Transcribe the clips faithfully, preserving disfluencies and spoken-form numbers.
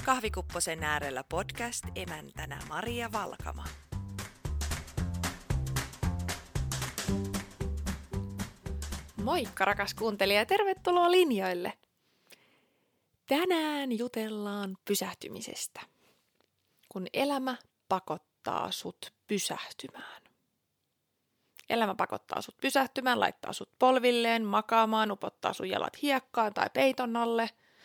Kahvikupposen äärellä podcast emäntänä Maria Valkama. Moikka rakas kuuntelija ja tervetuloa linjoille. Tänään jutellaan pysähtymisestä, kun elämä pakottaa sut pysähtymään. Elämä pakottaa sut pysähtymään, laittaa sut polvilleen, makaamaan, upottaa sun jalat hiekkaan tai peiton alle.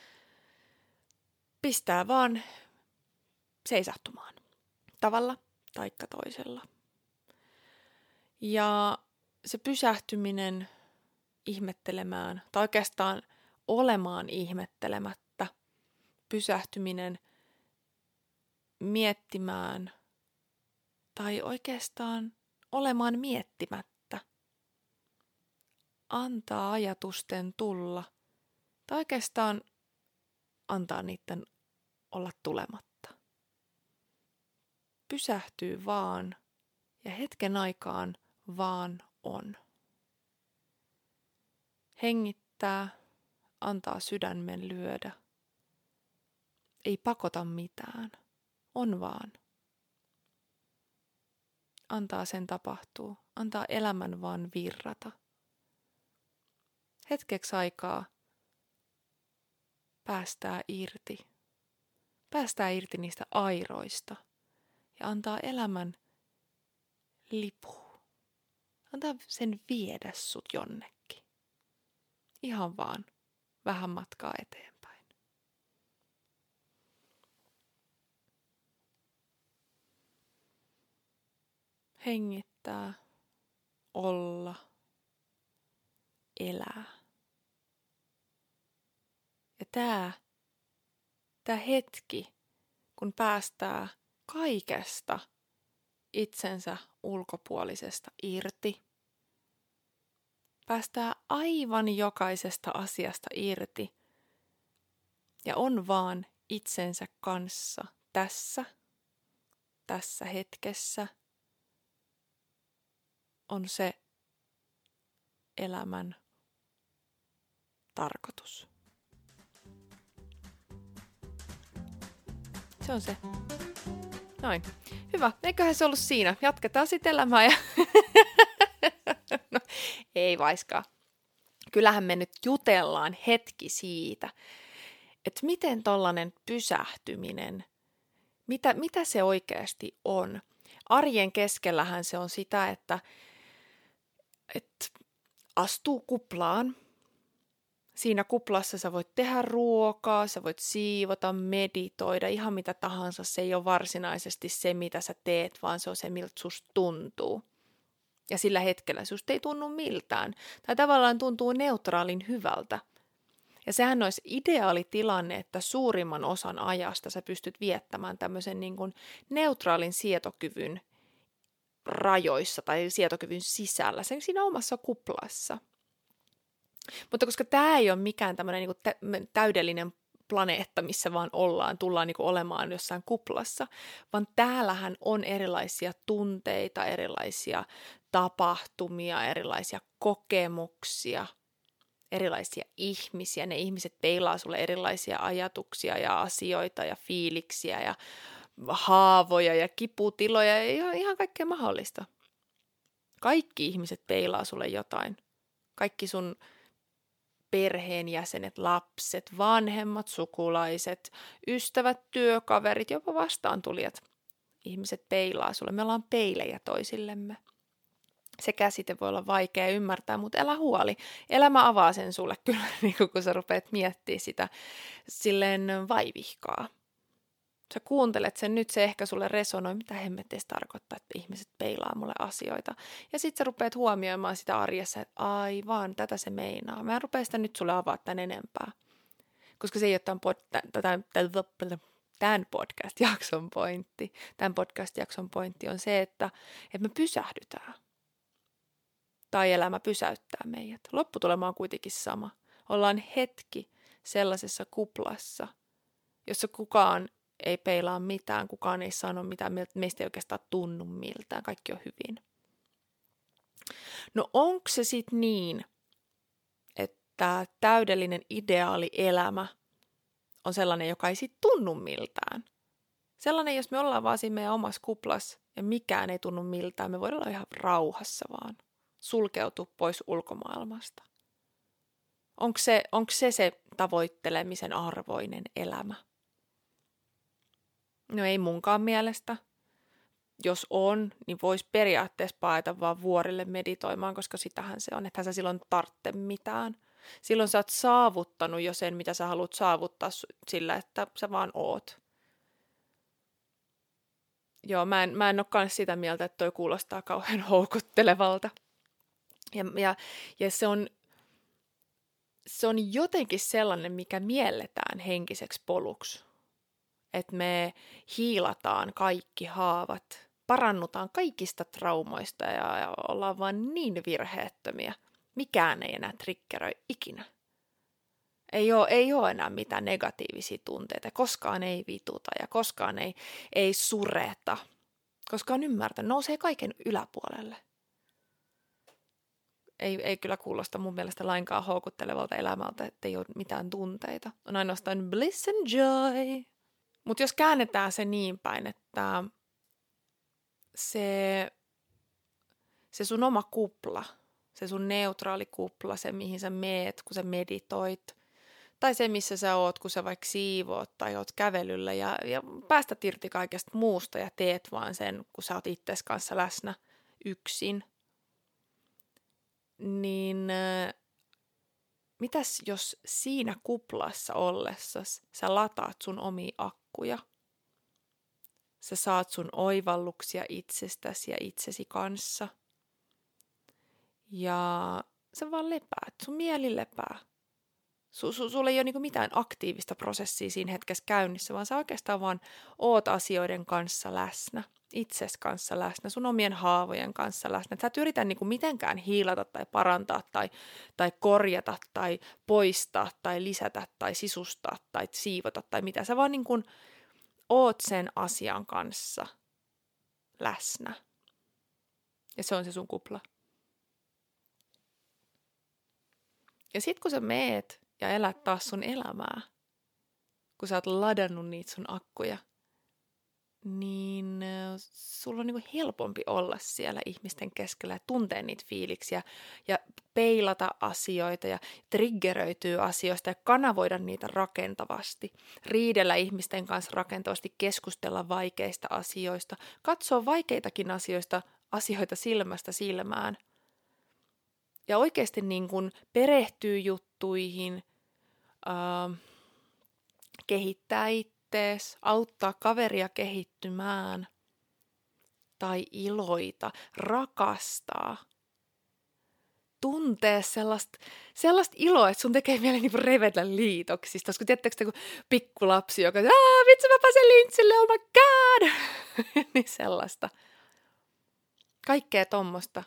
Pistää vaan seisahtumaan tavalla taikka toisella. Ja se pysähtyminen ihmettelemään, tai oikeastaan olemaan ihmettelemättä, pysähtyminen miettimään, tai oikeastaan olemaan miettimättä, antaa ajatusten tulla, tai oikeastaan antaa niiden olla tulematta. Pysähtyy vaan ja hetken aikaan vaan on. Hengittää, antaa sydämen lyödä. Ei pakota mitään, on vaan. Antaa sen tapahtua, antaa elämän vaan virrata. Hetkeksi aikaa päästää irti. Päästää irti niistä airoista ja antaa elämän lipua. Antaa sen viedä sut jonnekin. Ihan vaan vähän matkaa eteenpäin. Hengittää, olla, elää. Ja tää, tää hetki, kun päästää kaikesta itsensä ulkopuolisesta irti, päästää aivan jokaisesta asiasta irti ja on vaan itsensä kanssa tässä, tässä hetkessä, on se elämän tarkoitus. Se on se. Noin. Hyvä. Eiköhän se ollut siinä. Jatketaan sitten elämää ja... no, ei vaiskaan. Kyllähän me nyt jutellaan hetki siitä, että miten tollainen pysähtyminen, mitä, mitä se oikeasti on. Arjen keskellähän se on sitä, että, että astuu kuplaan. Siinä kuplassa sä voit tehdä ruokaa, sä voit siivota, meditoida, ihan mitä tahansa. Se ei ole varsinaisesti se, mitä sä teet, vaan se on se, miltä susta tuntuu. Ja sillä hetkellä susta ei tunnu miltään. Tai tavallaan tuntuu neutraalin hyvältä. Ja sehän olisi ideaali tilanne, että suurimman osan ajasta sä pystyt viettämään tämmöisen niin kuin neutraalin sietokyvyn rajoissa tai sietokyvyn sisällä, sen siinä omassa kuplassa. Mutta koska tämä ei ole mikään tämmöinen niin kuin täydellinen planeetta, missä vaan ollaan, tullaan niin kuin olemaan jossain kuplassa, vaan täällähän on erilaisia tunteita, erilaisia tapahtumia, erilaisia kokemuksia, erilaisia ihmisiä. Ne ihmiset peilaa sulle erilaisia ajatuksia ja asioita ja fiiliksiä ja haavoja ja kiputiloja ja ihan kaikkea mahdollista. Kaikki ihmiset peilaa sulle jotain. Kaikki sun perheenjäsenet, lapset, vanhemmat, sukulaiset, ystävät, työkaverit, jopa vastaantulijat. Ihmiset peilaa sulle. Me ollaan peilejä toisillemme. Se käsite voi olla vaikea ymmärtää, mutta älä huoli. Elämä avaa sen sulle kyllä, niin kun sä rupeat miettimään sitä silleen vaivihkaa. Sä kuuntelet sen, nyt se ehkä sulle resonoi, mitä hemmetteistä tarkoittaa, että ihmiset peilaa mulle asioita. Ja sit sä rupeat huomioimaan sitä arjessa, että aivan, tätä se meinaa. Mä en rupea sitä nyt sulle avaa tän enempää. Koska se ei ole tämän, pod- tämän, tämän podcast-jakson pointti. Tämän podcast-jakson pointti on se, että, että me pysähdytään. Tai elämä pysäyttää meidät. Lopputulema on kuitenkin sama. Ollaan hetki sellaisessa kuplassa, jossa kukaan ei peilaa mitään, kukaan ei sano mitään, meistä ei oikeastaan tunnu miltään, kaikki on hyvin. No onko se sitten niin, että täydellinen ideaali elämä on sellainen, joka ei sit tunnu miltään. Sellainen, jos me ollaan vaan siinä meidän omassa kuplassa ja mikään ei tunnu miltään, me voidaan olla ihan rauhassa vaan. Sulkeutua pois ulkomaailmasta. Onko se, onko se se tavoittelemisen arvoinen elämä? No ei munkaan mielestä. Jos on, niin voisi periaatteessa paeta vaan vuorille meditoimaan, koska sitähän se on, että sä silloin tarvitse mitään. Silloin sä oot saavuttanut jo sen, mitä sä haluat saavuttaa sillä, että sä vaan oot. Joo, mä en, mä en ole kans sitä mieltä, että toi kuulostaa kauhean houkuttelevalta. Ja, ja, ja se, on, se on jotenkin sellainen, mikä mielletään henkiseksi poluksi. Että me hiilataan kaikki haavat, parannutaan kaikista traumoista ja, ja ollaan vaan niin virheettömiä. Mikään ei enää triggeröi ikinä. Ei ole, ei ole enää mitään negatiivisia tunteita, koskaan ei vituta ja koskaan ei, ei sureta, koskaan ymmärtä, nousee kaiken yläpuolelle. Ei, ei kyllä kuulosta mun mielestä lainkaan houkuttelevalta elämältä, että ei ole mitään tunteita. On ainoastaan bliss and joy. Mutta jos käännetään se niin päin, että se, se sun oma kupla, se sun neutraali kupla, se mihin sä meet, kun sä meditoit, tai se missä sä oot, kun sä vaikka siivoot tai oot kävelyllä ja, ja päästät irti kaikesta muusta ja teet vaan sen, kun sä oot itses kanssa läsnä yksin, niin äh, mitäs jos siinä kuplassa ollessas sä lataat sun omia akkuja? Sä saat sun oivalluksia itsestäsi ja itsesi kanssa. Ja sä vaan lepäät, sun mieli lepää. Su, su, sulla ei ole niinku mitään aktiivista prosessia siinä hetkessä käynnissä, vaan sä oikeastaan vaan oot asioiden kanssa läsnä, itses kanssa läsnä, sun omien haavojen kanssa läsnä. Et sä et yritä niinku mitenkään hiilata tai parantaa tai, tai korjata tai poistaa tai lisätä tai sisustaa tai siivota tai mitä. Sä vaan niinku oot sen asian kanssa läsnä. Ja se on se sun kupla. Ja sit kun sä meet ja elät taas sun elämää, kun sä oot ladannut niitä sun akkuja, niin sulla on niinku helpompi olla siellä ihmisten keskellä ja tuntea niitä fiiliksiä ja peilata asioita ja triggeröityy asioista ja kanavoida niitä rakentavasti, riidellä ihmisten kanssa rakentavasti, keskustella vaikeista asioista, katsoa vaikeitakin asioista, asioita silmästä silmään. Ja oikeasti niin kuin perehtyy juttuihin, äh, kehittää ittees, auttaa kaveria kehittymään tai iloita, rakastaa. Tuntee sellaista, sellaista iloa, että sun tekee mieli niin revetä liitoksista. Kun tiedättekö kun pikkulapsi, joka on, aah, vitsi mä pääsen lintsille, oh my god! Niin sellaista. Kaikkea tommosta.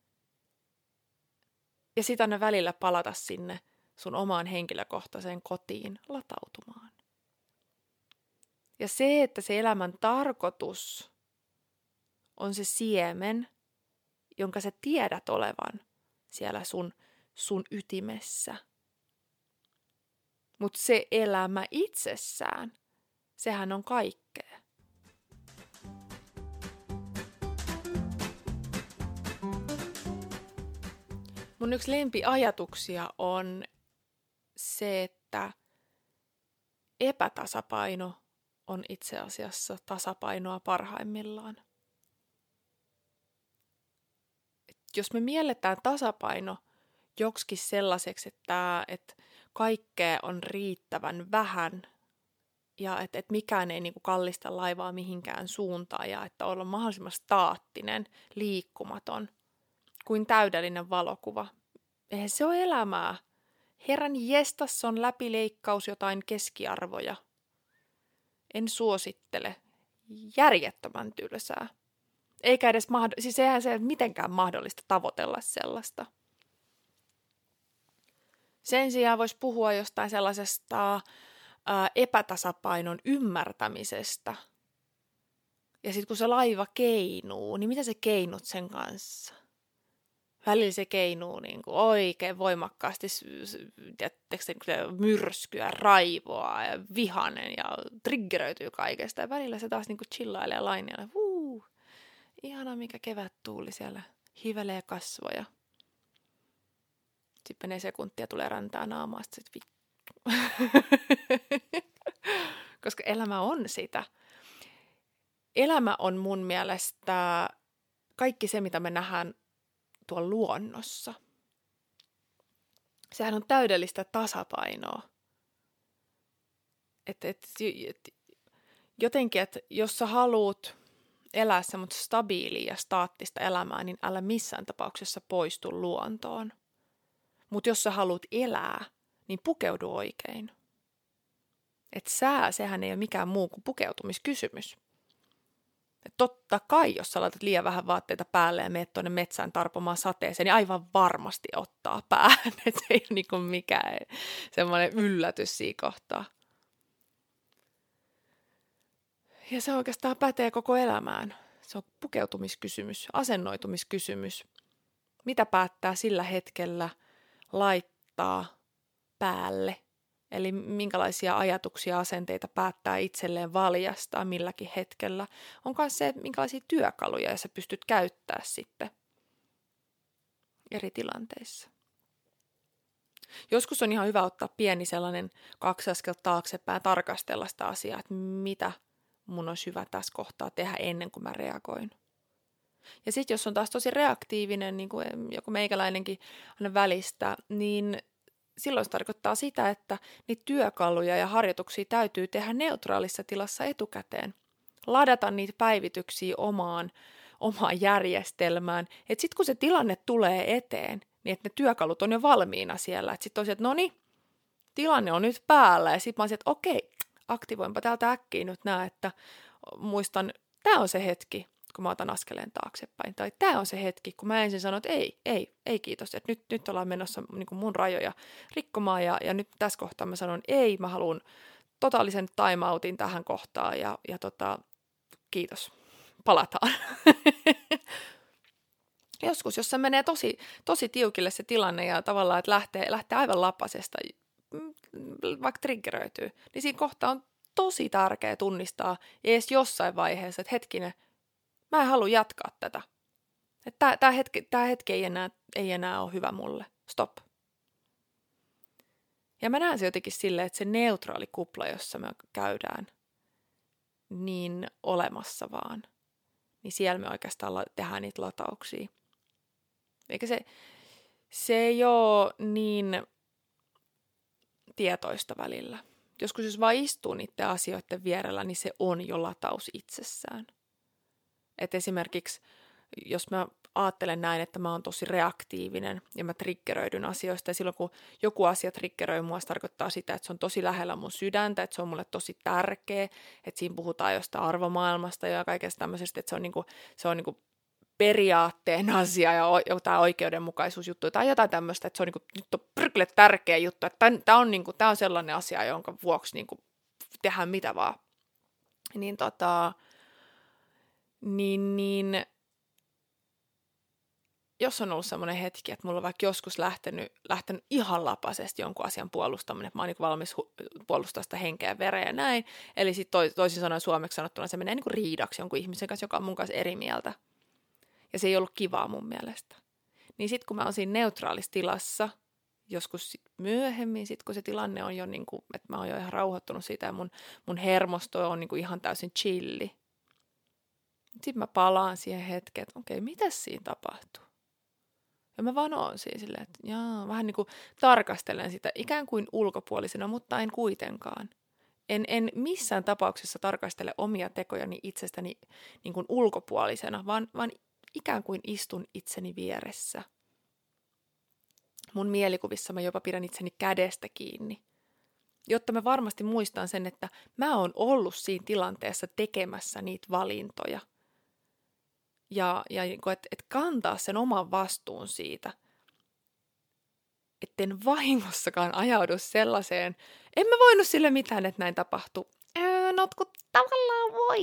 Ja sit aina välillä palata sinne sun omaan henkilökohtaiseen kotiin latautumaan. Ja se, että se elämän tarkoitus on se siemen, jonka sä tiedät olevan siellä sun, sun ytimessä. Mutta se elämä itsessään, sehän on kaikkea. Mun yksi lempiajatuksia on se, että epätasapaino on itse asiassa tasapainoa parhaimmillaan. Et jos me mielletään tasapaino joksikin sellaiseksi, että, että kaikkea on riittävän vähän ja että, että mikään ei niin kuin kallista laivaa mihinkään suuntaan ja että olla mahdollisimman staattinen, liikkumaton, kuin täydellinen valokuva. Eihän se ole elämää. Herran jestas on läpileikkaus jotain keskiarvoja. En suosittele. Järjettömän tylsää. Eikä edes mahdollista, siis eihän se mitenkään mahdollista tavoitella sellaista. Sen sijaan voisi puhua jostain sellaisesta ää, epätasapainon ymmärtämisestä. Ja sitten kun se laiva keinuu, niin mitä sä keinut sen kanssa? Välillä se keinuu niin kuin oikein voimakkaasti, tiedättekö, myrskyä, raivoa ja vihanen ja triggeröityy kaikesta. Ja välillä se taas niin kuin chillailee laineella. Huu, ihana mikä kevättuuli siellä hivelee kasvoja. Sitten menee sekuntia, tulee räntää naamaa, sitten vittu. Koska elämä on sitä. Elämä on mun mielestä kaikki se, mitä me nähdään tuolla luonnossa. Sehän on täydellistä tasapainoa. Et, et, et, jotenkin, että jos sä haluut elää semmoista stabiilia ja staattista elämää, niin älä missään tapauksessa poistu luontoon. Mutta jos sä haluat elää, niin pukeudu oikein. Et sää, sehän ei ole mikään muu kuin pukeutumiskysymys. Et totta kai, jos sä laitat liian vähän vaatteita päälle ja menet tuonne metsään tarpomaan sateeseen, niin aivan varmasti ottaa päähän. Et se ei ole niinku mikään semmoinen yllätys siinä kohtaa. Ja se oikeastaan pätee koko elämään. Se on pukeutumiskysymys, asennoitumiskysymys. Mitä päättää sillä hetkellä laittaa päälle? Eli minkälaisia ajatuksia ja asenteita päättää itselleen valjastaa milläkin hetkellä. On myös se, minkälaisia työkaluja sä pystyt käyttämään sitten eri tilanteissa. Joskus on ihan hyvä ottaa pieni sellainen kaksi askelta taaksepäin ja tarkastella sitä asiaa, että mitä mun olisi hyvä tässä kohtaa tehdä ennen kuin mä reagoin. Ja sitten jos on taas tosi reaktiivinen, niin kuin joku meikäläinenkin aina välistä, niin silloin se tarkoittaa sitä, että niitä työkaluja ja harjoituksia täytyy tehdä neutraalissa tilassa etukäteen. Ladata niitä päivityksiä omaan, omaan järjestelmään. Että sitten kun se tilanne tulee eteen, niin että ne työkalut on jo valmiina siellä. Että sitten on se, että no niin, tilanne on nyt päällä. Ja sitten mä olisin, että okei, aktivoinpa täältä äkkiä nyt nää, että muistan, tämä on se hetki, kun mä otan askeleen taaksepäin. Tai tämä on se hetki, kun mä ensin sanon, että ei, ei, ei kiitos, että nyt, nyt ollaan menossa niin kuin mun rajoja rikkomaan ja, ja nyt tässä kohtaa mä sanon, ei, mä haluan totaalisen time-outin tähän kohtaan ja, ja tota, kiitos, palataan. Joskus, jos se menee tosi, tosi tiukille se tilanne ja tavallaan, että lähtee, lähtee aivan lapasesta, vaikka triggeröityy, niin siinä kohtaa on tosi tärkeää tunnistaa edes jossain vaiheessa, että hetkinen, mä en halua jatkaa tätä. Että tämä hetki, tää hetki ei, enää, ei enää ole hyvä mulle. Stop. Ja mä näen se jotenkin silleen, että se neutraali kupla, jossa me käydään, niin olemassa vaan. Niin siellä me oikeastaan tehdään niitä latauksia. Eikä se, se ei ole niin tietoista välillä. Joskus jos vaan istuu niiden asioiden vierellä, niin se on jo lataus itsessään. Et esimerkiksi, jos mä ajattelen näin, että mä oon tosi reaktiivinen ja mä triggeröidyn asioista, ja silloin kun joku asia triggeröi mua, se tarkoittaa sitä, että se on tosi lähellä mun sydäntä, että se on mulle tosi tärkeä, että siinä puhutaan jostain arvomaailmasta ja kaikesta tämmöisestä, että se on, niinku, se on niinku periaatteen asia ja jotain oikeudenmukaisuusjuttuja tai jotain tämmöistä, että se on niinku, nyt on pyrkille tärkeä juttu, että tämä on, niinku, on sellainen asia, jonka vuoksi niinku, tehdään mitä vaan. Niin tota... Niin, niin jos on ollut semmoinen hetki, että mulla on vaikka joskus lähtenyt, lähtenyt ihan lapasesti jonkun asian puolustaminen, että mä oon niin valmis hu- puolustaa sitä henkeä ja vereä ja näin, eli sitten toi, toisin sanoen suomeksi sanottuna se menee niin kuin riidaksi jonkun ihmisen kanssa, joka on mun kanssa eri mieltä. Ja se ei ollut kivaa mun mielestä. Niin sitten kun mä oon siinä neutraalissa tilassa, joskus sit myöhemmin, sit kun se tilanne on jo niin kuin, että mä oon jo ihan rauhoittunut siitä ja mun, mun hermosto on niin kuin ihan täysin chilli. Sitten mä palaan siihen hetkeen, että okei, mitäs siinä tapahtuu? Ja mä vaan oon siinä silleen, että jaa, vähän niin kuin tarkastelen sitä ikään kuin ulkopuolisena, mutta en kuitenkaan. En, en missään tapauksessa tarkastele omia tekojani itsestäni niin kuin ulkopuolisena, vaan, vaan ikään kuin istun itseni vieressä. Mun mielikuvissa mä jopa pidän itseni kädestä kiinni, jotta mä varmasti muistan sen, että mä oon ollut siinä tilanteessa tekemässä niitä valintoja. Ja, ja että et kantaa sen oman vastuun siitä, etten vahingossakaan ajaudu sellaiseen, en mä voinut sille mitään, että näin tapahtuu. Öö, no kun tavallaan voit.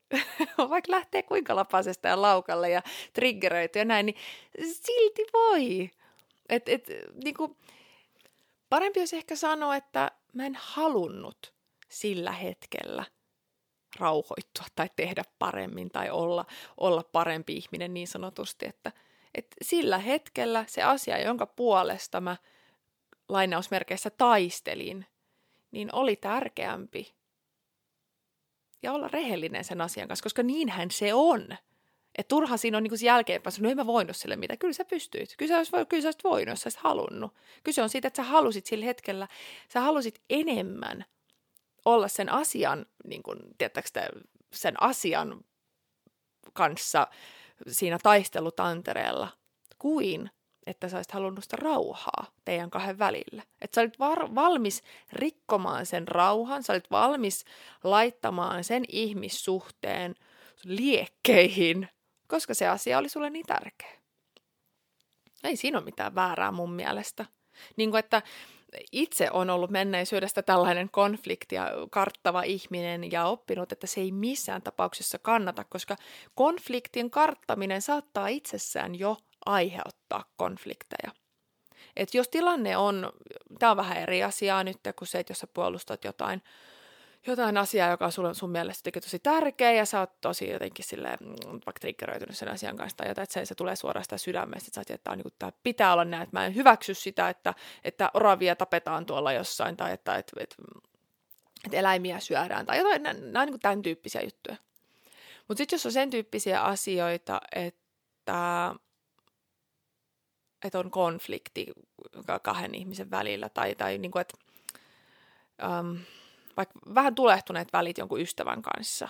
vaikka lähtee kuinka lapasesta ja laukalle ja triggeröity ja näin, niin silti voi. Et, et, niin kuin, parempi olisi ehkä sanoa, että mä en halunnut sillä hetkellä rauhoittua tai tehdä paremmin tai olla, olla parempi ihminen niin sanotusti, että et sillä hetkellä se asia, jonka puolesta mä lainausmerkeissä taistelin, niin oli tärkeämpi ja olla rehellinen sen asian kanssa, koska niinhän se on. Että turha siinä on niin kuin jälkeenpäin, no ei mä voinut sille mitään. Kyllä sä pystyit. Kyllä sä olisit, kyllä sä olisit voinut, jos sä olisit halunnut. Kyse on siitä, että sä halusit sillä hetkellä, sä halusit enemmän olla sen asian, niin kuin, tiedätkö, sen asian kanssa siinä taistelutantereella, kuin että sä olisit halunnut sitä rauhaa teidän kahden välillä. Että sä olit var- valmis rikkomaan sen rauhan, sä olit valmis laittamaan sen ihmissuhteen liekkeihin, koska se asia oli sulle niin tärkeä. Ei siinä ole mitään väärää mun mielestä. Niin kuin, että itse on ollut menneisyydestä tällainen konfliktia karttava ihminen ja oppinut, että se ei missään tapauksessa kannata, koska konfliktin karttaminen saattaa itsessään jo aiheuttaa konflikteja. Et jos tilanne on, tämä on vähän eri asiaa nyt kuin se, että jos sä puolustat jotain, jotain asiaa, joka on sulle, sun mielestä tosi tärkeä ja sä oot tosi jotenkin silleen, vaikka triggeröitynyt sen asian kanssa tai jotain, että se, se tulee suoraan sitä sydämestä, että sä oot, että tämä, tämä pitää olla näin, että mä en hyväksy sitä, että, että oravia tapetaan tuolla jossain tai että, että, että, että eläimiä syödään tai jotain, nämä, nämä on niin kuin tämän tyyppisiä juttuja. Mutta sitten jos on sen tyyppisiä asioita, että, että on konflikti kahden ihmisen välillä tai, tai niin kuin, että um, vaikka vähän tulehtuneet välit jonkun ystävän kanssa,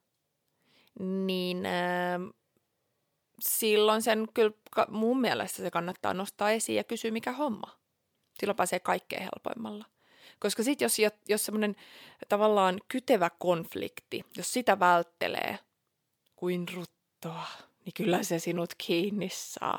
niin äh, silloin sen kyllä mun mielestä se kannattaa nostaa esiin ja kysyä, mikä homma. Silloin pääsee kaikkein helpoimmalla. Koska sitten jos, jos semmoinen tavallaan kytevä konflikti, jos sitä välttelee kuin ruttoa, niin kyllä se sinut kiinni saa.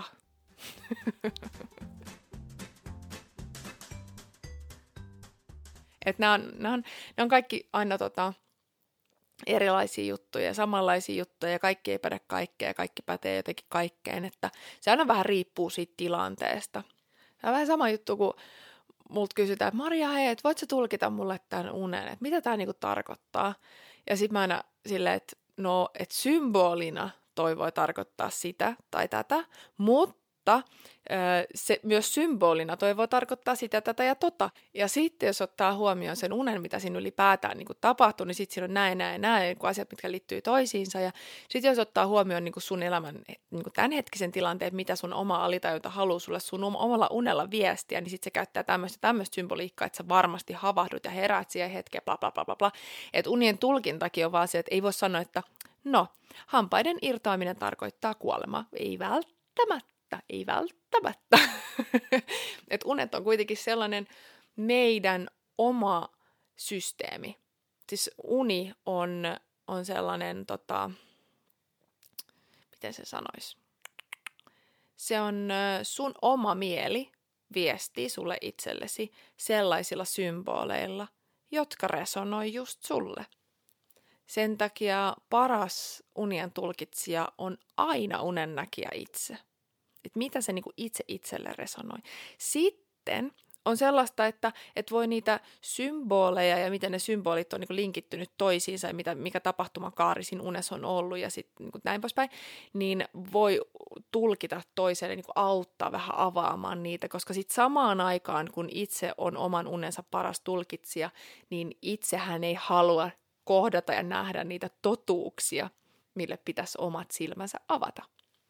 Että nämä on, nämä, on, nämä on kaikki aina tota, erilaisia juttuja, samanlaisia juttuja, ja kaikki ei päde kaikkea, ja kaikki pätee jotenkin kaikkeen, että se aina vähän riippuu siitä tilanteesta. Tämä on vähän sama juttu, kun multa kysytään, että Maria, hei, et voit sä tulkita mulle tämän unen, että mitä tämä niinku tarkoittaa? Ja sitten mä aina silleen, että no, että symbolina toi voi tarkoittaa sitä tai tätä, mutta se myös symbolina toi voi tarkoittaa sitä, tätä ja tota. Ja sitten jos ottaa huomioon sen unen, mitä siinä ylipäätään niin kuin tapahtuu, niin sitten siinä on näin, näin, näin, niin asiat, mitkä liittyy toisiinsa. Ja sitten jos ottaa huomioon niin kuin sun elämän niin kuin tämänhetkisen tilanteen, mitä sun oma alitajunta haluaa sulle sun omalla unella viestiä, niin sitten se käyttää tämmöistä tämmöistä symboliikkaa, että sä varmasti havahdut ja heräät siihen hetkeen, bla bla bla bla bla. Että unien tulkintakin on vaan se, että ei voi sanoa, että no, hampaiden irtoaminen tarkoittaa kuolemaa. Ei välttämättä. Ei välttämättä. Et unet on kuitenkin sellainen meidän oma systeemi. Siis uni on, on sellainen, tota, miten se sanoisi? Se on sun oma mieli viestii sulle itsellesi sellaisilla symboleilla, jotka resonoi just sulle. Sen takia paras unien tulkitsija on aina unennäkijä itse. Että mitä se niinku itse itselle resonoi. Sitten on sellaista, että et voi niitä symboleja ja miten ne symbolit on niinku linkittynyt toisiinsa ja mitä, mikä tapahtumakaari siinä unessa on ollut ja sitten niinku näin poispäin, niin voi tulkita toiselle, niinku auttaa vähän avaamaan niitä, koska sitten samaan aikaan, kun itse on oman unensa paras tulkitsija, niin itsehän ei halua kohdata ja nähdä niitä totuuksia, mille pitäisi omat silmänsä avata.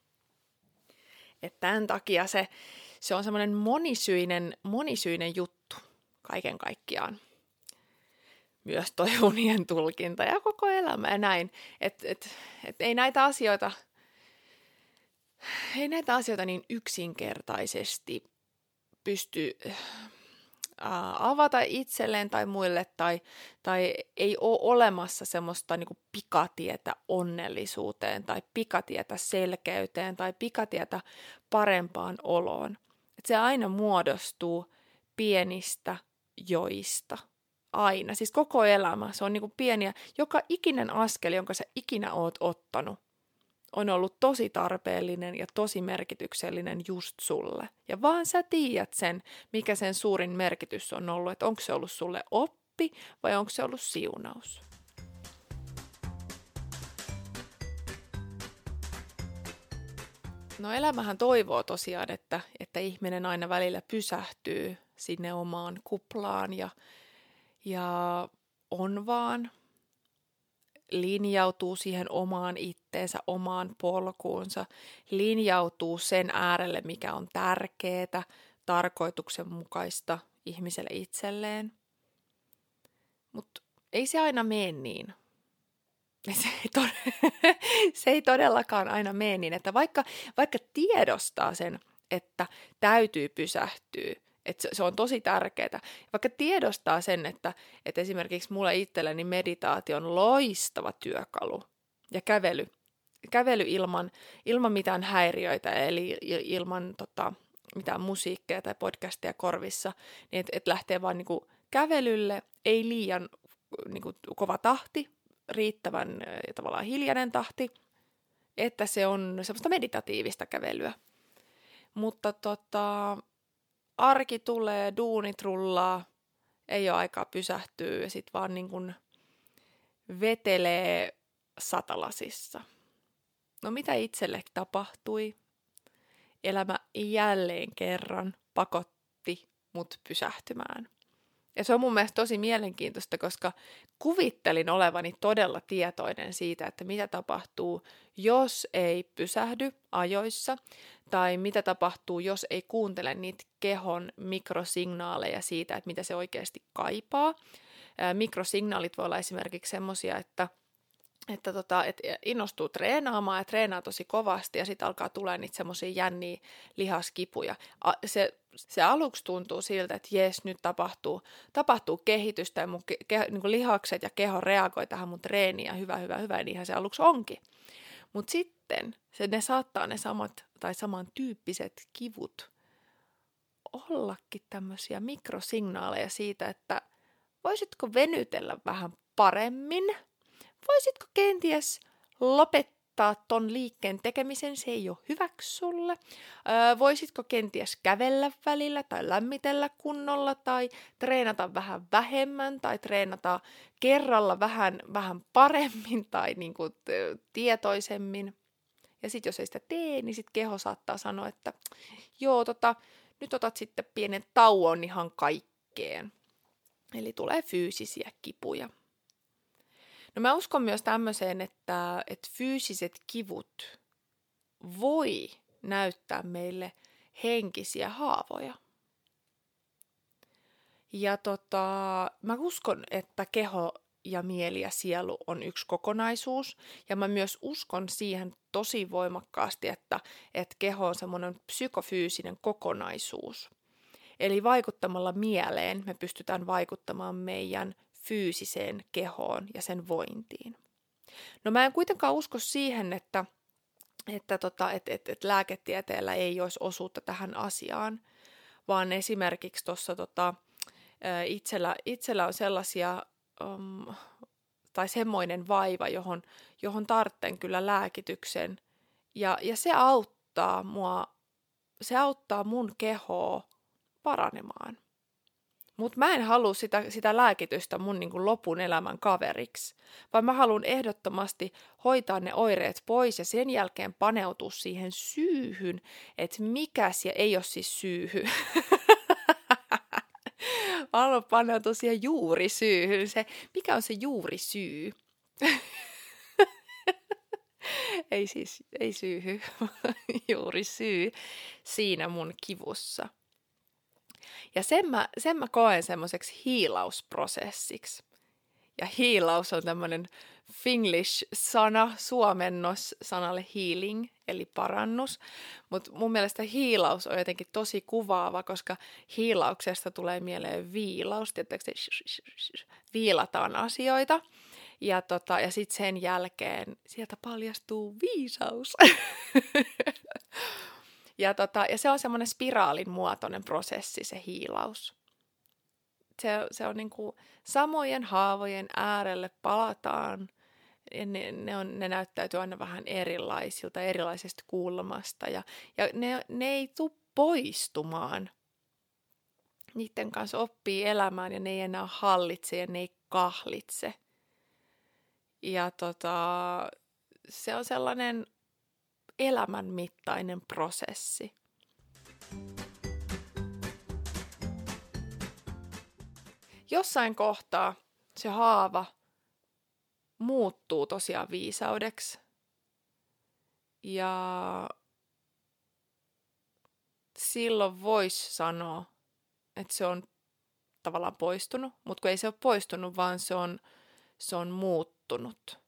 Että tämän takia se, se on semmoinen monisyinen, monisyinen juttu kaiken kaikkiaan. Myös toi unien tulkinta ja koko elämä ja näin. Että et, et ei näitä asioita, ei näitä asioita niin yksinkertaisesti pysty avata itselleen tai muille, tai, tai ei ole olemassa semmoista niin kuin pikatietä onnellisuuteen, tai pikatietä selkeyteen, tai pikatietä parempaan oloon. Et se aina muodostuu pienistä joista, aina, siis koko elämä, se on niin kuin pieniä, joka ikinen askel, jonka sä ikinä oot ottanut, on ollut tosi tarpeellinen ja tosi merkityksellinen just sulle. Ja vaan sä tiedät sen, mikä sen suurin merkitys on ollut, että onko se ollut sulle oppi vai onko se ollut siunaus. No elämähän toivoo tosiaan, että, että ihminen aina välillä pysähtyy sinne omaan kuplaan ja, ja on vaan, linjautuu siihen omaan itteensä, omaan polkuunsa, linjautuu sen äärelle, mikä on tärkeää, tarkoituksenmukaista ihmiselle itselleen. Mutta ei se aina mene niin. Se ei, tod- se ei todellakaan aina mene niin, että vaikka, vaikka tiedostaa sen, että täytyy pysähtyä, että se on tosi tärkeää, vaikka tiedostaa sen, että, että esimerkiksi mulle itselleni meditaatio on loistava työkalu ja kävely, kävely ilman, ilman mitään häiriöitä, eli ilman tota, mitään musiikkia tai podcastia korvissa, niin että et lähtee vaan niinku kävelylle, ei liian niinku kova tahti, riittävän tavallaan hiljainen tahti, että se on semmoista meditatiivista kävelyä. Mutta tota, arki tulee, duunit rullaa, ei ole aikaa pysähtyä ja sitten vaan niin kuin vetelee satalasissa. No mitä itselle tapahtui? Elämä jälleen kerran pakotti mut pysähtymään. Ja se on mun mielestä tosi mielenkiintoista, koska kuvittelin olevani todella tietoinen siitä, että mitä tapahtuu, jos ei pysähdy ajoissa, tai mitä tapahtuu, jos ei kuuntele niitä kehon mikrosignaaleja siitä, että mitä se oikeasti kaipaa. Ää, mikrosignaalit voi olla esimerkiksi semmoisia, että että tota, et innostuu treenaamaan ja treenaa tosi kovasti ja sitten alkaa tulla niitä semmoisia jänniä lihaskipuja. A, se, se aluksi tuntuu siltä, että jes, nyt tapahtuu, tapahtuu kehitystä ja mun ke, ke, niin kuin lihakset ja keho reagoi tähän mun treeniin ja hyvä, hyvä, hyvä, ja niinhän se aluksi onkin. Mutta sitten se, ne saattaa ne samat tai samantyyppiset kivut ollakin tämmöisiä mikrosignaaleja siitä, että voisitko venytellä vähän paremmin? Voisitko kenties lopettaa ton liikkeen tekemisen, se ei ole hyväksi sulle? Öö, voisitko kenties kävellä välillä tai lämmitellä kunnolla tai treenata vähän vähemmän tai treenata kerralla vähän, vähän paremmin tai niin kuin tietoisemmin? Ja sitten jos ei sitä tee, niin sitten keho saattaa sanoa, että joo, tota, nyt otat sitten pienen tauon ihan kaikkeen. Eli tulee fyysisiä kipuja. No mä uskon myös tämmöiseen, että, että fyysiset kivut voi näyttää meille henkisiä haavoja. Ja tota, mä uskon, että keho ja mieli ja sielu on yksi kokonaisuus. Ja mä myös uskon siihen tosi voimakkaasti, että, että keho on semmoinen psykofyysinen kokonaisuus. Eli vaikuttamalla mieleen me pystytään vaikuttamaan meidän fyysiseen kehoon ja sen vointiin. No mä en kuitenkaan usko siihen, että, että, tota, että, että, että lääketieteellä ei olisi osuutta tähän asiaan, vaan esimerkiksi tuossa tota, itsellä, itsellä on sellaisia, um, tai semmoinen vaiva, johon, johon tartten kyllä lääkityksen, ja, ja se auttaa mua, se auttaa mun kehoa paranemaan. Mutta mä en halua sitä, sitä lääkitystä mun niin kuin lopun elämän kaveriksi, vaan mä haluan ehdottomasti hoitaa ne oireet pois ja sen jälkeen paneutua siihen syyhyn, että mikä se ei ole siis syyhy. Mä haluan paneutua siihen juurisyyhyn, se, mikä on se juurisyy. ei siis, ei syyhy, juurisyy siinä mun kivussa. Ja sen mä, sen mä koen semmoiseksi hiilausprosessiksi. Ja hiilaus on tämmöinen finglish-sana, suomennos sanalle healing, eli parannus. Mutta mun mielestä hiilaus on jotenkin tosi kuvaava, koska hiilauksesta tulee mieleen viilaus. Tietysti viilataan asioita. Ja, tota, ja sitten sen jälkeen sieltä paljastuu viisaus. Ja, tota, ja se on semmoinen spiraalin muotoinen prosessi, se hiilaus. se, se on niin kuin samojen haavojen äärelle palataan. Ne, ne, on, ne näyttäytyy aina vähän erilaisilta, erilaisesta kulmasta. Ja, ja ne, ne ei tule poistumaan. Niiden kanssa oppii elämään ja ne ei enää hallitse ja ne ei kahlitse. Ja tota, se on sellainen elämänmittainen prosessi. Jossain kohtaa se haava muuttuu tosiaan viisaudeksi. Ja silloin voisi sanoa, että se on tavallaan poistunut, mutta kun ei se ole poistunut, vaan se on, se on muuttunut.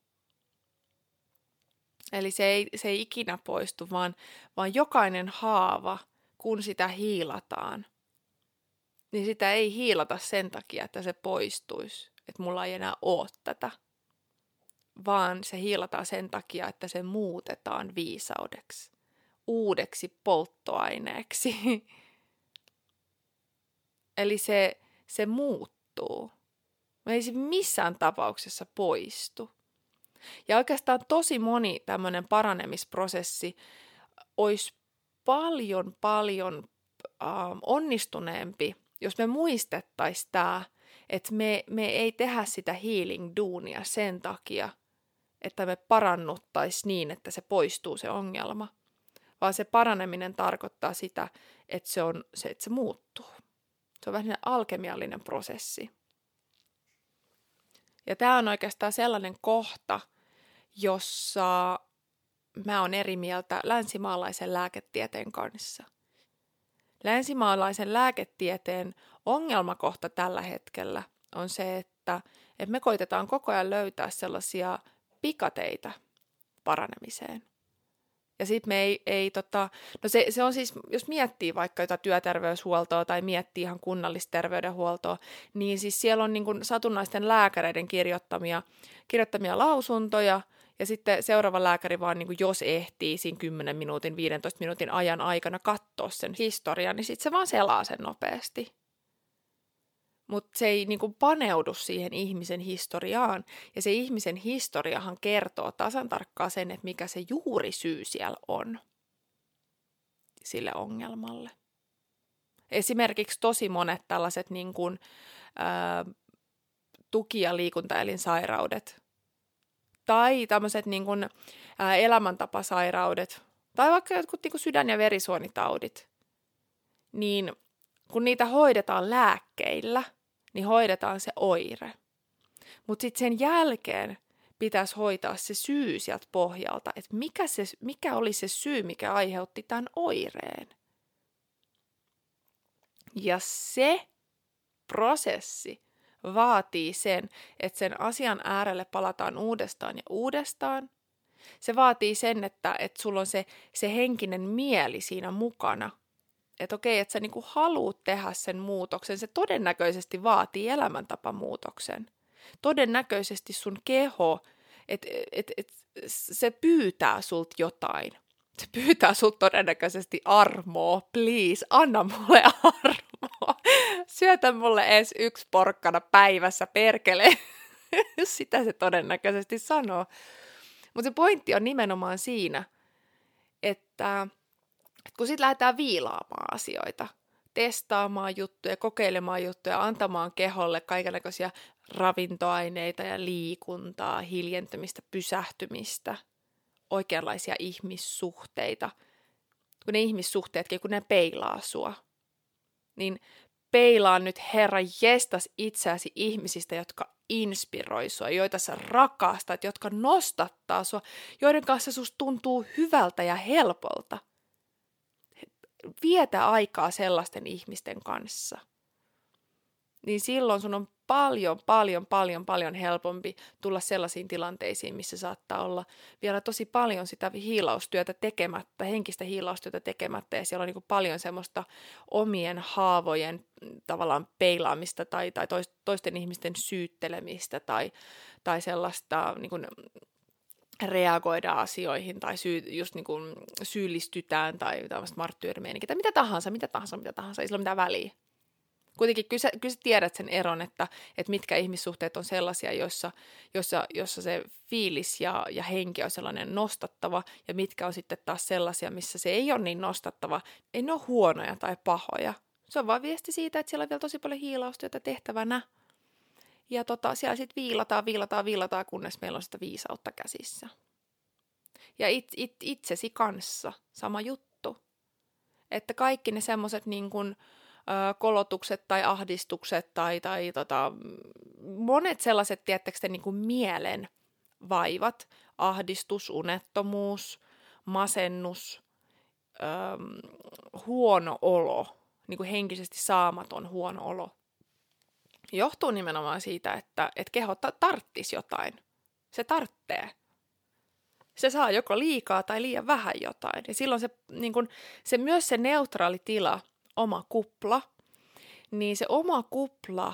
Eli se ei, se ei ikinä poistu, vaan, vaan jokainen haava, kun sitä hiilataan, niin sitä ei hiilata sen takia, että se poistuisi, että mulla ei enää ole tätä, vaan se hiilataan sen takia, että se muutetaan viisaudeksi, uudeksi polttoaineeksi. Eli se, se muuttuu. Me ei se missään tapauksessa poistu. Ja oikeastaan tosi moni tämmöinen paranemisprosessi olisi paljon, paljon äh, onnistuneempi, jos me muistettaisiin tämä, että me, me ei tehdä sitä healing-duunia sen takia, että me parannuttaisiin niin, että se poistuu se ongelma, vaan se paraneminen tarkoittaa sitä, että se, on, se, että se muuttuu. Se on vähän alkemiallinen prosessi. Ja tämä on oikeastaan sellainen kohta, jossa mä oon eri mieltä länsimaalaisen lääketieteen kanssa. Länsimaalaisen lääketieteen ongelmakohta tällä hetkellä on se, että, että me koitetaan koko ajan löytää sellaisia pikateitä paranemiseen. Ja sitten me ei, ei tota, no se, se on siis, jos miettii vaikka jotain työterveyshuoltoa tai miettii ihan kunnallista terveydenhuoltoa, niin siis siellä on niin kuin satunnaisten lääkäreiden kirjoittamia, kirjoittamia lausuntoja, ja sitten seuraava lääkäri vaan, niin kuin jos ehtii siinä kymmenen minuutin, viidentoista minuutin ajan aikana katsoa sen historian, niin sitten se vaan selaa sen nopeasti. Mutta se ei niin kuin paneudu siihen ihmisen historiaan, ja se ihmisen historiahan kertoo tasan tarkkaan sen, että mikä se juurisyy siellä on sille ongelmalle. Esimerkiksi tosi monet tällaiset niin kuin, ää, tuki- ja liikuntaelinsairaudet, tai tämmöiset niin kuin, ää, elämäntapasairaudet, tai vaikka jotkut niin kuin sydän- ja verisuonitaudit, niin kun niitä hoidetaan lääkkeillä, niin hoidetaan se oire. Mutta sitten sen jälkeen pitäisi hoitaa se syy sieltä pohjalta, että mikä, se, mikä oli se syy, mikä aiheutti tämän oireen. Ja se prosessi vaatii sen, että sen asian äärelle palataan uudestaan ja uudestaan. Se vaatii sen, että, että sulla on se, se henkinen mieli siinä mukana. Että okei, että sä niinku haluut tehdä sen muutoksen, se todennäköisesti vaatii elämäntapamuutoksen. Todennäköisesti sun keho, että et, et, se pyytää sulta jotain. Se pyytää sulta todennäköisesti armoa, please, anna mulle armoa. Syötä mulle edes yksi porkkana päivässä, perkele. Sitä se todennäköisesti sanoo. Mutta se pointti on nimenomaan siinä, että kun sitten lähdetään viilaamaan asioita, testaamaan juttuja, kokeilemaan juttuja, antamaan keholle kaikenlaisia ravintoaineita ja liikuntaa, hiljentymistä, pysähtymistä, oikeanlaisia ihmissuhteita. Kun ne ihmissuhteetkin, kun ne peilaa sua, niin peilaa nyt Herra jestas itseäsi ihmisistä, jotka inspiroi sua, joita sä rakastat, jotka nostattaa sua, joiden kanssa susta tuntuu hyvältä ja helpolta. Vietä aikaa sellaisten ihmisten kanssa, niin silloin sun on paljon, paljon, paljon, paljon helpompi tulla sellaisiin tilanteisiin, missä saattaa olla vielä tosi paljon sitä hiilaustyötä tekemättä, henkistä hiilaustyötä tekemättä, ja siellä on niin kuin paljon semmoista omien haavojen tavallaan peilaamista tai, tai toisten ihmisten syyttelemistä tai, tai sellaista niin kuin reagoida asioihin tai syy, just niin kuin syyllistytään tai tämmöistä marttyyrimeininkiä tai mitä tahansa, mitä tahansa, mitä tahansa, ei sillä ole mitään väliä. Kuitenkin kyllä sä, kyllä sä tiedät sen eron, että, että mitkä ihmissuhteet on sellaisia, joissa, joissa, joissa se fiilis ja, ja henki on sellainen nostattava, ja mitkä on sitten taas sellaisia, missä se ei ole niin nostattava. Ei ne ole huonoja tai pahoja. Se on vaan viesti siitä, että siellä on vielä tosi paljon hiilaustyötä tehtävänä. Ja tota, siellä sitten viilataan, viilataan, viilataan, kunnes meillä on sitä viisautta käsissä. Ja it, it, itsesi kanssa sama juttu. Että kaikki ne semmoiset niin kuin kolotukset tai ahdistukset tai, tai tota, monet sellaiset, tiedättekö te, niin kuin mielen vaivat, ahdistus, unettomuus, masennus, äm, huono olo, niin kuin henkisesti saamaton huono olo, johtuu nimenomaan siitä, että, että keho tarttisi jotain. Se tarttee. Se saa joko liikaa tai liian vähän jotain. Ja silloin se, niin kun, se myös se neutraali tila, oma kupla, niin se oma kupla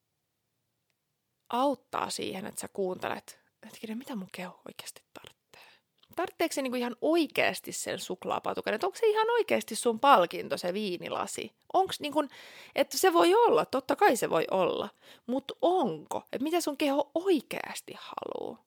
auttaa siihen, että sä kuuntelet, että mitä mun keho oikeasti tarvitsee. Tarvitseeko se niin kuin ihan oikeasti sen suklaapatukan? Että onko se ihan oikeasti sun palkinto, se viinilasi? Onko niin kuin, että se voi olla, totta kai se voi olla, mutta onko? Että mitä sun keho oikeasti haluaa?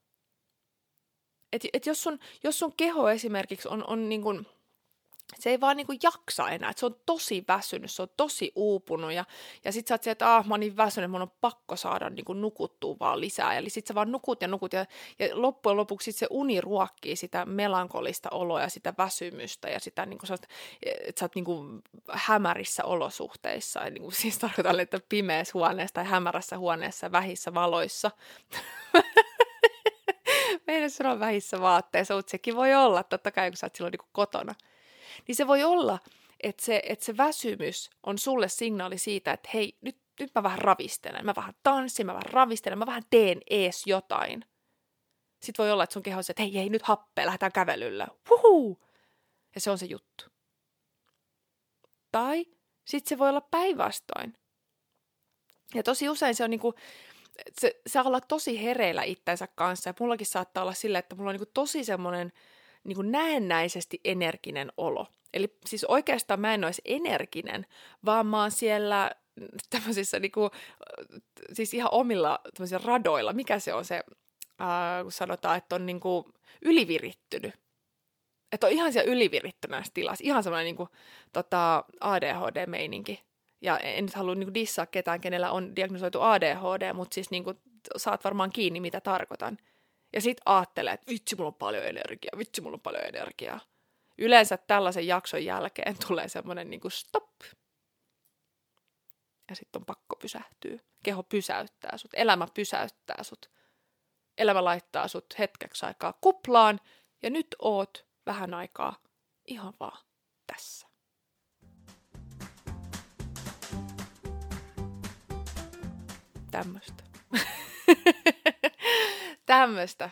Että et jos, sun, jos sun keho esimerkiksi on, on niin kuin, se ei vaan niin kuin jaksa enää, että se on tosi väsynyt, se on tosi uupunut ja, ja sit sä oot se, että ah, mä oon niin väsynyt, mun on pakko saada niin kuin nukuttua vaan lisää. Eli sit sä vaan nukut ja nukut ja, ja loppujen lopuksi sit se uni ruokkii sitä melankolista oloa ja sitä väsymystä ja sitä, niin kuin sellaista, että sä oot niin kuin hämärissä olosuhteissa. Ja niin kuin, siis tarkoitan, että pimeässä huoneessa tai hämärässä huoneessa vähissä valoissa. Meidän sulla on vähissä vaatteissa, mutta sekin voi olla, totta kai kun sä oot silloin niin kuin kotona. Niin se voi olla, että se, että se väsymys on sulle signaali siitä, että hei, nyt, nyt mä vähän ravistelen, mä vähän tanssin, mä vähän ravistelen, mä vähän teen ees jotain. Sitten voi olla, että sun keho on se, että hei, hei, nyt happea, lähdetään kävelyllä. Huhuu! Ja se on se juttu. Tai sitten se voi olla päinvastoin. Ja tosi usein se on niinku, se saa olla tosi hereillä itsensä kanssa. Ja mullakin saattaa olla silleen, että mulla on niinku tosi semmoinen niin kuin näennäisesti energinen olo. Eli siis oikeastaan mä en ole energinen, vaan mä oon siellä tämmöisissä niin kuin, siis ihan omilla radoilla. Mikä se on se, ää, kun sanotaan, että on niin kuin ylivirittynyt. Että on ihan siellä ylivirittyneessä tilassa. Ihan semmoinen niin kuin, tota, A D H D-meininki. Ja en nyt halua niin kuin dissaa ketään, kenellä on diagnosoitu A D H D, mutta siis niin kuin, saat varmaan kiinni, mitä tarkoitan. Ja sit aattelee, että vitsi, mulla on paljon energiaa, vitsi, mulla on paljon energiaa. Yleensä tällaisen jakson jälkeen tulee semmoinen niin kuin stop. Ja sitten on pakko pysähtyä. Keho pysäyttää sut, elämä pysäyttää sut. Elämä laittaa sut hetkeksi aikaa kuplaan, ja nyt oot vähän aikaa ihan vaan tässä. Tämmöstä. Tämmöstä.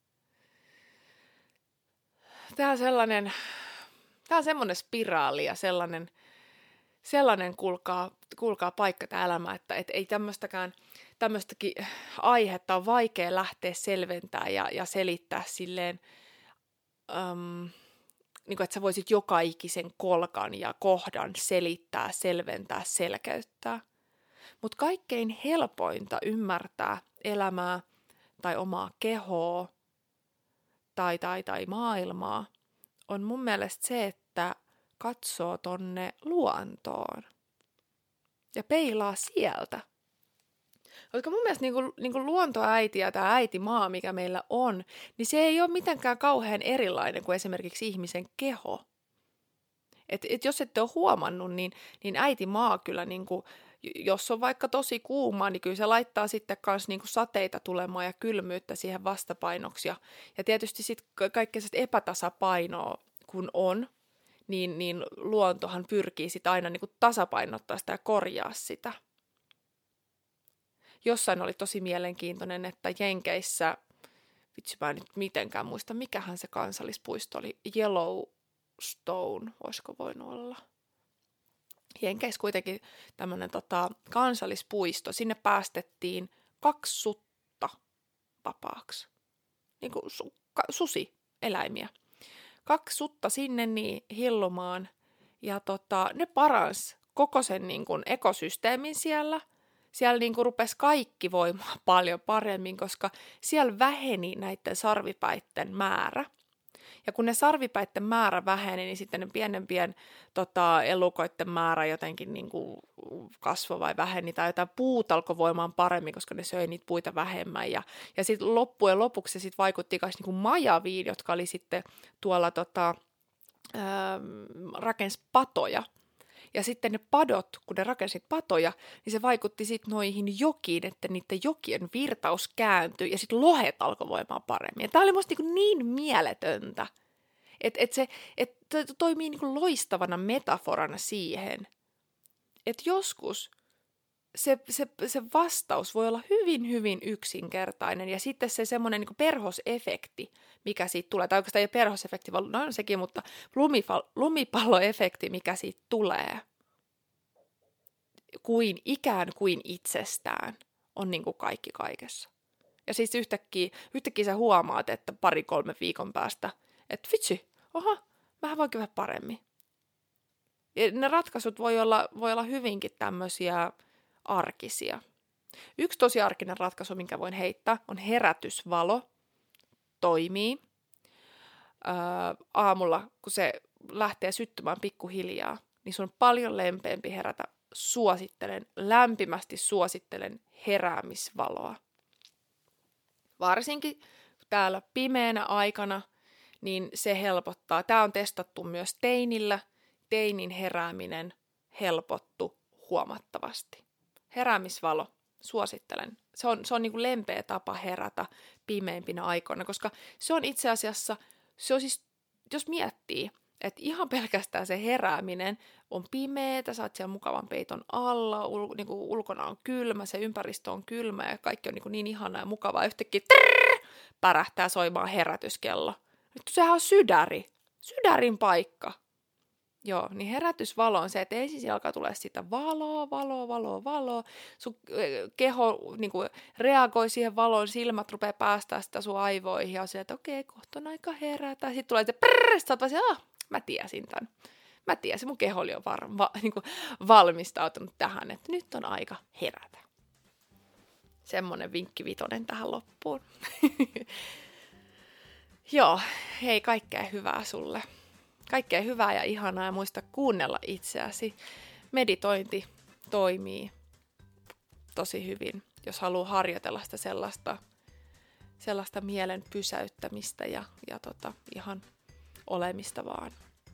Tämä on sellainen, tämä on semmoinen spiraali ja sellainen, sellainen kuulkaa, kuulkaa paikka tämä elämä, että et ei tämmöistäkään, tämmöistäkin aihetta on vaikea lähteä selventämään ja, ja selittää silleen, äm, niin kuin, että sä voisit joka ikisen kolkan ja kohdan selittää, selventää, selkeyttää. Mutta kaikkein helpointa ymmärtää elämää tai omaa kehoa tai, tai, tai maailmaa on mun mielestä se, että katsoo tonne luontoon ja peilaa sieltä. Koska mun mielestä niin kuin, niin kuin luontoäiti ja tämä äitimaa, mikä meillä on, niin se ei ole mitenkään kauhean erilainen kuin esimerkiksi ihmisen keho. Et, et jos ette ole huomannut, niin, niin äitimaa kyllä, niin kuin, jos on vaikka tosi kuuma, niin kyllä se laittaa sitten myös niin kuin sateita tulemaan ja kylmyyttä siihen vastapainoksi. Ja, ja tietysti sitten kaikkea epätasapainoa kun on, niin, niin luontohan pyrkii sitten aina niin kuin tasapainottaa sitä ja korjaa sitä. Jossain oli tosi mielenkiintoinen, että Jenkeissä, vitsi mä en nyt mitenkään muista, mikähän se kansallispuisto oli, Yellowstone, olisiko voinut olla. Jenkeissä kuitenkin tämmöinen tota, kansallispuisto, sinne päästettiin kaksi sutta vapaaksi, niin kuin su, ka, susieläimiä. Kaksi sutta sinne niin hillumaan, ja tota, ne parans koko sen niin kuin ekosysteemin siellä. Siellä niin kuin rupesi kaikki voimaan paljon paremmin, koska siellä väheni näiden sarvipäitten määrä. Ja kun ne sarvipäitten määrä väheni, niin sitten ne pienempien tota, elukoiden määrä jotenkin niin kuin kasvoi vai väheni, tai jotain puut alkoi voimaan paremmin, koska ne söi niitä puita vähemmän. Ja, ja sitten loppujen lopuksi se sitten vaikutti myös niin kuin majaviin, jotka oli sitten tuolla tota, ää, rakensi patoja. Ja sitten ne padot, kun ne rakensit patoja, niin se vaikutti sitten noihin jokiin, että niiden jokien virtaus kääntyi ja sitten lohet alkoi voimaan paremmin. Ja tämä oli musta niin, niin mieletöntä, että et se et toimii niin loistavana metaforana siihen, että joskus se, se, se vastaus voi olla hyvin, hyvin yksinkertainen ja sitten se semmoinen niin perhosefekti, mikä siitä tulee, tai oikeastaan ei perhosefekti, vaan no sekin, mutta lumipalloefekti, mikä siitä tulee, kuin ikään kuin itsestään, on niin kuin kaikki kaikessa. Ja siis yhtäkkiä, yhtäkkiä sä huomaat, että pari-kolme viikon päästä, että vitsi, oha, vähän voikin vähän paremmin. Ja ne ratkaisut voi olla, voi olla hyvinkin tämmöisiä arkisia. Yksi tosi arkinen ratkaisu, minkä voin heittää, on herätysvalo. Toimii. Öö, aamulla, kun se lähtee syttymään pikkuhiljaa, niin sun on paljon lempeämpi herätä. Suosittelen, lämpimästi suosittelen heräämisvaloa. Varsinkin täällä pimeänä aikana, niin se helpottaa. Tämä on testattu myös teinillä. Teinin herääminen helpottu huomattavasti. Heräämisvalo, suosittelen. Se on, se on niin kuin lempeä tapa herätä pimeimpinä aikoina, koska se on itse asiassa, se on siis, jos miettii, että ihan pelkästään se herääminen on pimeätä, sä oot siellä mukavan peiton alla, ul, niin kuin ulkona on kylmä, se ympäristö on kylmä ja kaikki on niin, kuin niin ihanaa ja mukavaa. Yhtäkkiä trrr, pärähtää soimaan herätyskello. Nyt sehän on sydäri, sydärin paikka. Joo, niin herätysvalo on se, että ensin alkaa tulla sitä valoa, valoa, valoa, valoa. Sun keho niin kuin, reagoi siihen valoon, silmät rupeaa päästää sitä sun aivoihin ja on se, että okei, kohta on aika herätä. Sitten tulee se prrrr, sä oot vaan se, ah, mä tiesin tämän. Mä tiesin, mun keho oli jo var, va, niin kuin, valmistautunut tähän, että nyt on aika herätä. Semmonen vinkki vitonen tähän loppuun. Joo, hei, kaikkea hyvää sulle. Kaikkea hyvää ja ihanaa ja muista kuunnella itseäsi. Meditointi toimii tosi hyvin, jos haluaa harjoitella sitä sellaista, sellaista mielen pysäyttämistä ja, ja tota, ihan olemista vaan.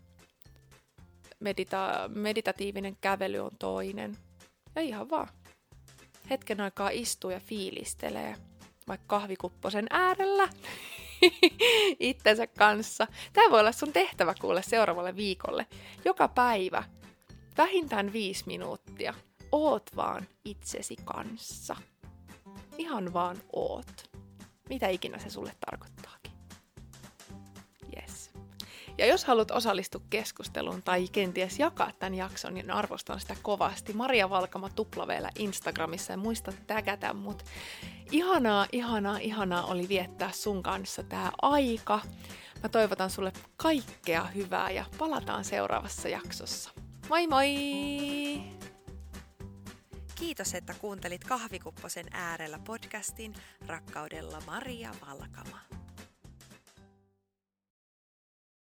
Medita- meditatiivinen kävely on toinen. Ja ihan vaan. Hetken aikaa istuu ja fiilistelee, vaikka kahvikupposen äärellä. Itsensä kanssa. Tämä voi olla sun tehtävä kuule seuraavalle viikolle. Joka päivä, vähintään viisi minuuttia, oot vaan itsesi kanssa. Ihan vaan oot. Mitä ikinä se sulle tarkoittaakin. Yes. Ja jos haluat osallistua keskusteluun tai kenties jakaa tämän jakson, niin arvostan sitä kovasti. Maria Valkama tuplaveellä Instagramissa ja muista tägätä mut. Ihanaa, ihanaa, ihanaa oli viettää sun kanssa tää aika. Mä toivotan sulle kaikkea hyvää ja palataan seuraavassa jaksossa. Moi moi! Kiitos, että kuuntelit Kahvikupposen äärellä podcastin Rakkaudella Maria Valkama.